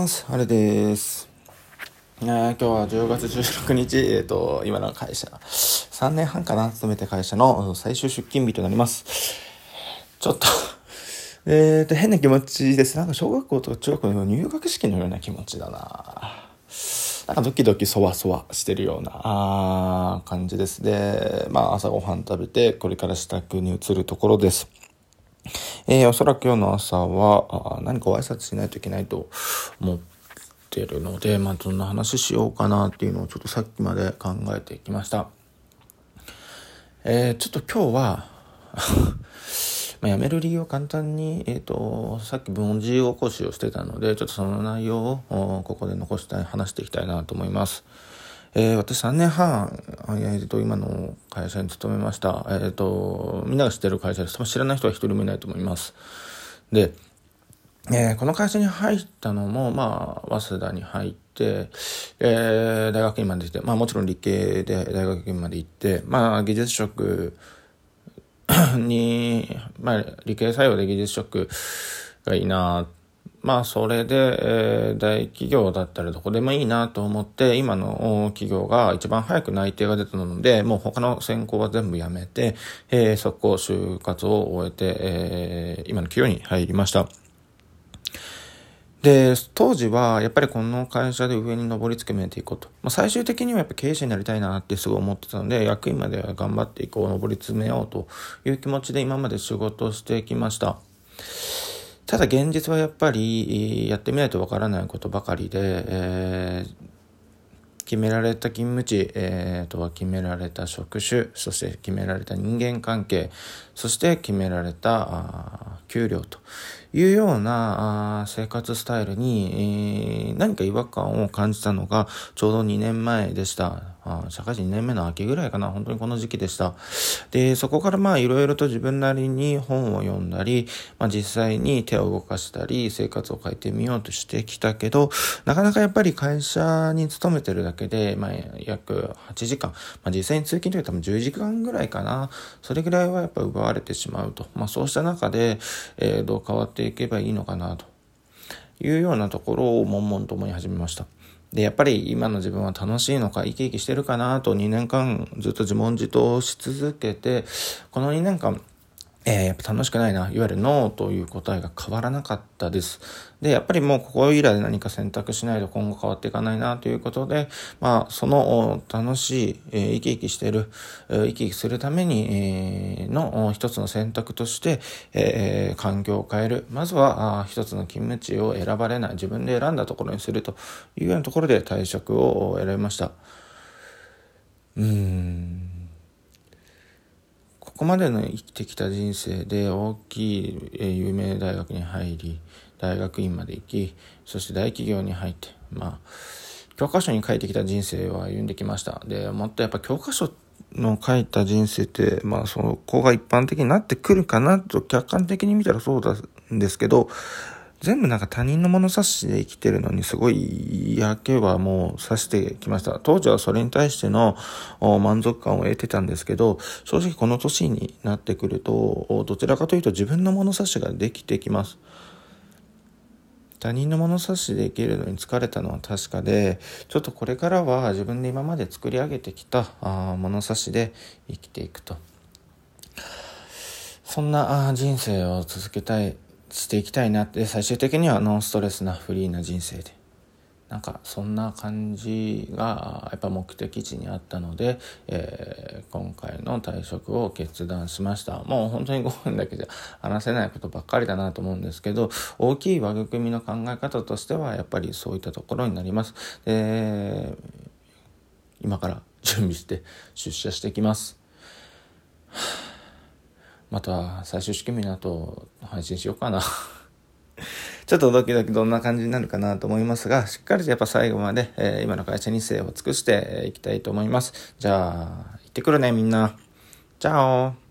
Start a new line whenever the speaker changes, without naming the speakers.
ます。あれです。今日は10月16日、今の会社、3年半かな、勤めた会社の最終出勤日となります。ちょっと、変な気持ちです。なんか小学校とか中学校の入学式のような気持ちだな。なんかドキドキそわそわしてるような感じです。で、朝ごはん食べて、これから支度に移るところです。おそらく今日の朝は何かご挨拶しないといけないと思ってるので、どんな話しようかなっていうのをちょっとさっきまで考えてきました。ちょっと今日は辞める理由を簡単に、さっき文字起こしをしてたので、ちょっとその内容をここで話していきたいなと思います。私3年半、今の会社に勤めました。みんなが知ってる会社です。多分知らない人は一人もいないと思います。で、この会社に入ったのも、早稲田に入って、大学院まで行って、もちろん理系で大学院まで行って、技術職に、理系採用で技術職がいいな。それで、大企業だったらどこでもいいなと思って、今の企業が一番早く内定が出たので、もう他の専攻は全部やめて、速攻就活を終えて、今の企業に入りました。で、当時はやっぱりこの会社で上に上り詰めていこうと。最終的にはやっぱ経営者になりたいなってすごい思ってたので、役員までは頑張っていこう、上り詰めようという気持ちで今まで仕事をしてきました。ただ現実はやっぱりやってみないとわからないことばかりで、決められた勤務地、決められた職種、そして決められた人間関係、そして決められた給料というような生活スタイルに、何か違和感を感じたのがちょうど2年前でした。社会人2年目の秋ぐらいかな、本当にこの時期でした。で、そこからいろいろと自分なりに本を読んだり、実際に手を動かしたり、生活を変えてみようとしてきたけど、なかなかやっぱり会社に勤めてるだけで、約8時間、実際に通勤というと多分10時間ぐらいかな、それぐらいはやっぱ奪われてしまうと。そうした中で、どう変わっていけばいいのかなというようなところを悶々と思い始めました。で、やっぱり今の自分は楽しいのか生き生きしてるかなと2年間ずっと自問自答し続けて、この2年間やっぱ楽しくないな、いわゆるノーという答えが変わらなかったです。で、やっぱりもうここいらで何か選択しないと今後変わっていかないなということで、その楽しい、生き生きしている、生き生きするために、の一つの選択として、環境を変える。まずは一つの勤務地を選ばれない、自分で選んだところにするというようなところで退職を選びました。ここまでの生きてきた人生で大きい有名大学に入り、大学院まで行き、そして大企業に入って、教科書に書いてきた人生を歩んできました。で、もっとやっぱ教科書の書いた人生って、そこが一般的になってくるかなと客観的に見たらそうなんですけど、全部他人の物差しで生きてるのにすごい嫌気はもうさしてきました。当時はそれに対しての満足感を得てたんですけど、正直この年になってくると、どちらかというと自分の物差しができてきます。他人の物差しで生きるのに疲れたのは確かで、ちょっとこれからは自分で今まで作り上げてきた物差しで生きていくと。そんな人生をしていきたいなって、最終的にはノンストレスなフリーな人生で、そんな感じがやっぱ目的地にあったので、今回の退職を決断しました。もう本当に5分だけじゃ話せないことばっかりだなと思うんですけど、大きい枠組みの考え方としてはやっぱりそういったところになります。で、今から準備して出社してきます。また最終試験日の後配信しようかなちょっとドキドキどんな感じになるかなと思いますが、しっかりとやっぱ最後まで、今の会社に精を尽くしていきたいと思います。じゃあ行ってくるねみんな。チャオ。